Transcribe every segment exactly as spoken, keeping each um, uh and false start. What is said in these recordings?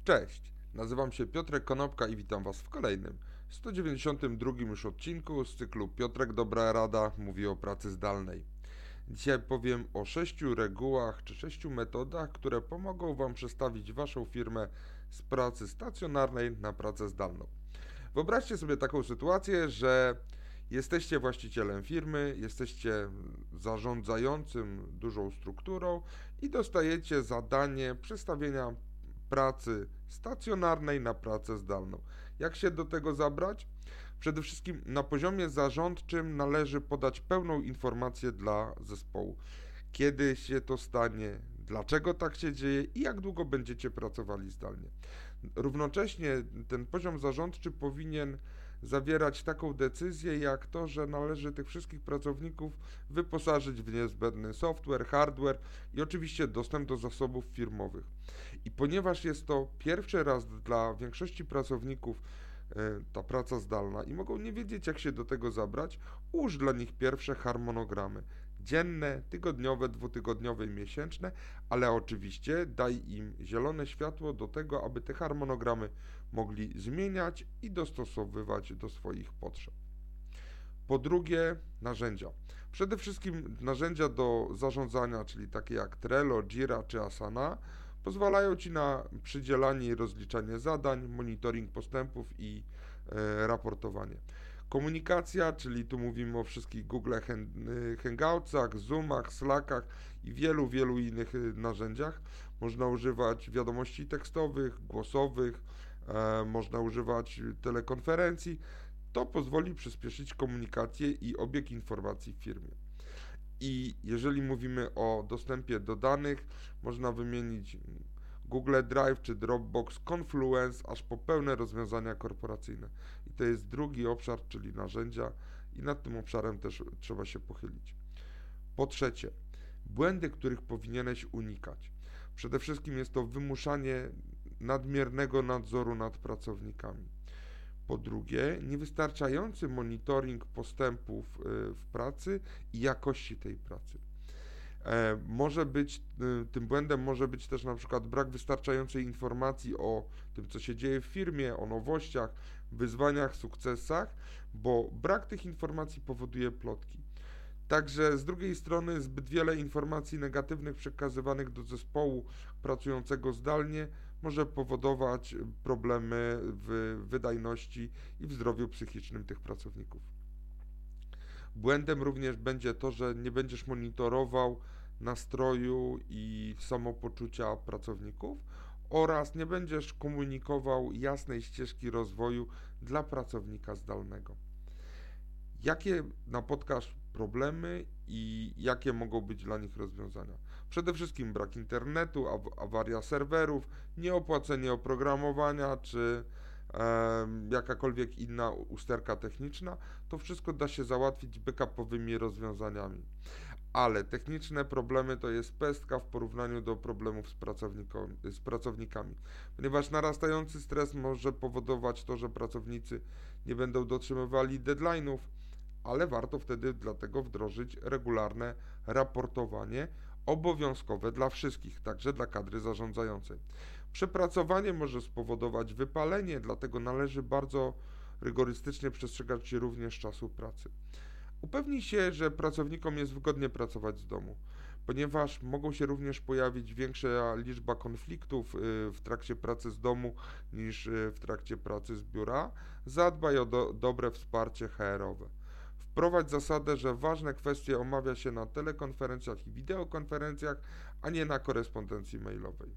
Cześć, nazywam się Piotrek Konopka i witam Was w kolejnym, sto dziewięćdziesiątym drugim już odcinku z cyklu Piotrek Dobra Rada mówi o pracy zdalnej. Dzisiaj powiem o sześciu regułach czy sześciu metodach, które pomogą Wam przestawić Waszą firmę z pracy stacjonarnej na pracę zdalną. Wyobraźcie sobie taką sytuację, że jesteście właścicielem firmy, jesteście zarządzającym dużą strukturą i dostajecie zadanie przestawienia pracy stacjonarnej na pracę zdalną. Jak się do tego zabrać? Przede wszystkim na poziomie zarządczym należy podać pełną informację dla zespołu. Kiedy się to stanie, dlaczego tak się dzieje i jak długo będziecie pracowali zdalnie. Równocześnie ten poziom zarządczy powinien zawierać taką decyzję jak to, że należy tych wszystkich pracowników wyposażyć w niezbędny software, hardware i oczywiście dostęp do zasobów firmowych. I ponieważ jest to pierwszy raz dla większości pracowników ta praca zdalna i mogą nie wiedzieć, jak się do tego zabrać, ułóż dla nich pierwsze harmonogramy. Dzienne, tygodniowe, dwutygodniowe i miesięczne, ale oczywiście daj im zielone światło do tego, aby te harmonogramy mogli zmieniać i dostosowywać do swoich potrzeb. Po drugie, narzędzia. Przede wszystkim narzędzia do zarządzania, czyli takie jak Trello, Jira czy Asana, pozwalają Ci na przydzielanie i rozliczanie zadań, monitoring postępów i e, raportowanie. Komunikacja, czyli tu mówimy o wszystkich Google Hangoutsach, Zoomach, Slackach i wielu, wielu innych narzędziach. Można używać wiadomości tekstowych, głosowych, e, można używać telekonferencji. To pozwoli przyspieszyć komunikację i obieg informacji w firmie. I jeżeli mówimy o dostępie do danych, można wymienić Google Drive czy Dropbox, Confluence, aż po pełne rozwiązania korporacyjne. I to jest drugi obszar, czyli narzędzia i nad tym obszarem też trzeba się pochylić. Po trzecie, błędy, których powinieneś unikać. Przede wszystkim jest to wymuszanie nadmiernego nadzoru nad pracownikami. Po drugie, niewystarczający monitoring postępów w pracy i jakości tej pracy. Może być, tym błędem może być też na przykład brak wystarczającej informacji o tym, co się dzieje w firmie, o nowościach, wyzwaniach, sukcesach, bo brak tych informacji powoduje plotki. Także z drugiej strony zbyt wiele informacji negatywnych przekazywanych do zespołu pracującego zdalnie może powodować problemy w wydajności i w zdrowiu psychicznym tych pracowników. Błędem również będzie to, że nie będziesz monitorował nastroju i samopoczucia pracowników oraz nie będziesz komunikował jasnej ścieżki rozwoju dla pracownika zdalnego. Jakie napotkasz problemy i jakie mogą być dla nich rozwiązania? Przede wszystkim brak internetu, aw- awaria serwerów, nieopłacenie oprogramowania czy e, jakakolwiek inna usterka techniczna. To wszystko da się załatwić backupowymi rozwiązaniami. Ale techniczne problemy to jest pestka w porównaniu do problemów z, z pracownikami, ponieważ narastający stres może powodować to, że pracownicy nie będą dotrzymywali deadline'ów, ale warto wtedy dlatego wdrożyć regularne raportowanie obowiązkowe dla wszystkich, także dla kadry zarządzającej. Przepracowanie może spowodować wypalenie, dlatego należy bardzo rygorystycznie przestrzegać się również czasu pracy. Upewnij się, że pracownikom jest wygodnie pracować z domu, ponieważ mogą się również pojawić większa liczba konfliktów w trakcie pracy z domu niż w trakcie pracy z biura. Zadbaj o do, dobre wsparcie H R-owe. Wprowadź zasadę, że ważne kwestie omawia się na telekonferencjach i wideokonferencjach, a nie na korespondencji mailowej.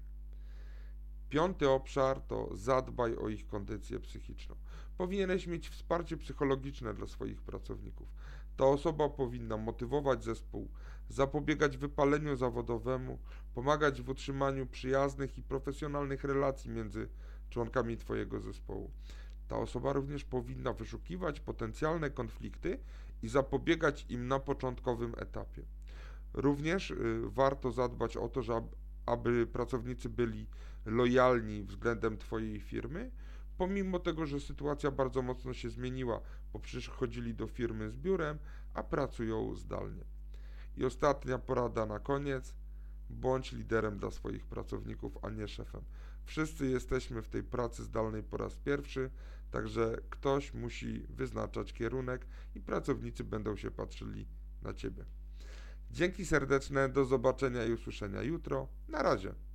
Piąty obszar to zadbaj o ich kondycję psychiczną. Powinieneś mieć wsparcie psychologiczne dla swoich pracowników. Ta osoba powinna motywować zespół, zapobiegać wypaleniu zawodowemu, pomagać w utrzymaniu przyjaznych i profesjonalnych relacji między członkami Twojego zespołu. Ta osoba również powinna wyszukiwać potencjalne konflikty i zapobiegać im na początkowym etapie. Również y, warto zadbać o to, że ab, aby pracownicy byli lojalni względem Twojej firmy, pomimo tego, że sytuacja bardzo mocno się zmieniła, bo przychodzili do firmy z biurem, a pracują zdalnie. I ostatnia porada na koniec. Bądź liderem dla swoich pracowników, a nie szefem. Wszyscy jesteśmy w tej pracy zdalnej po raz pierwszy, także ktoś musi wyznaczać kierunek i pracownicy będą się patrzyli na Ciebie. Dzięki serdeczne, do zobaczenia i usłyszenia jutro. Na razie.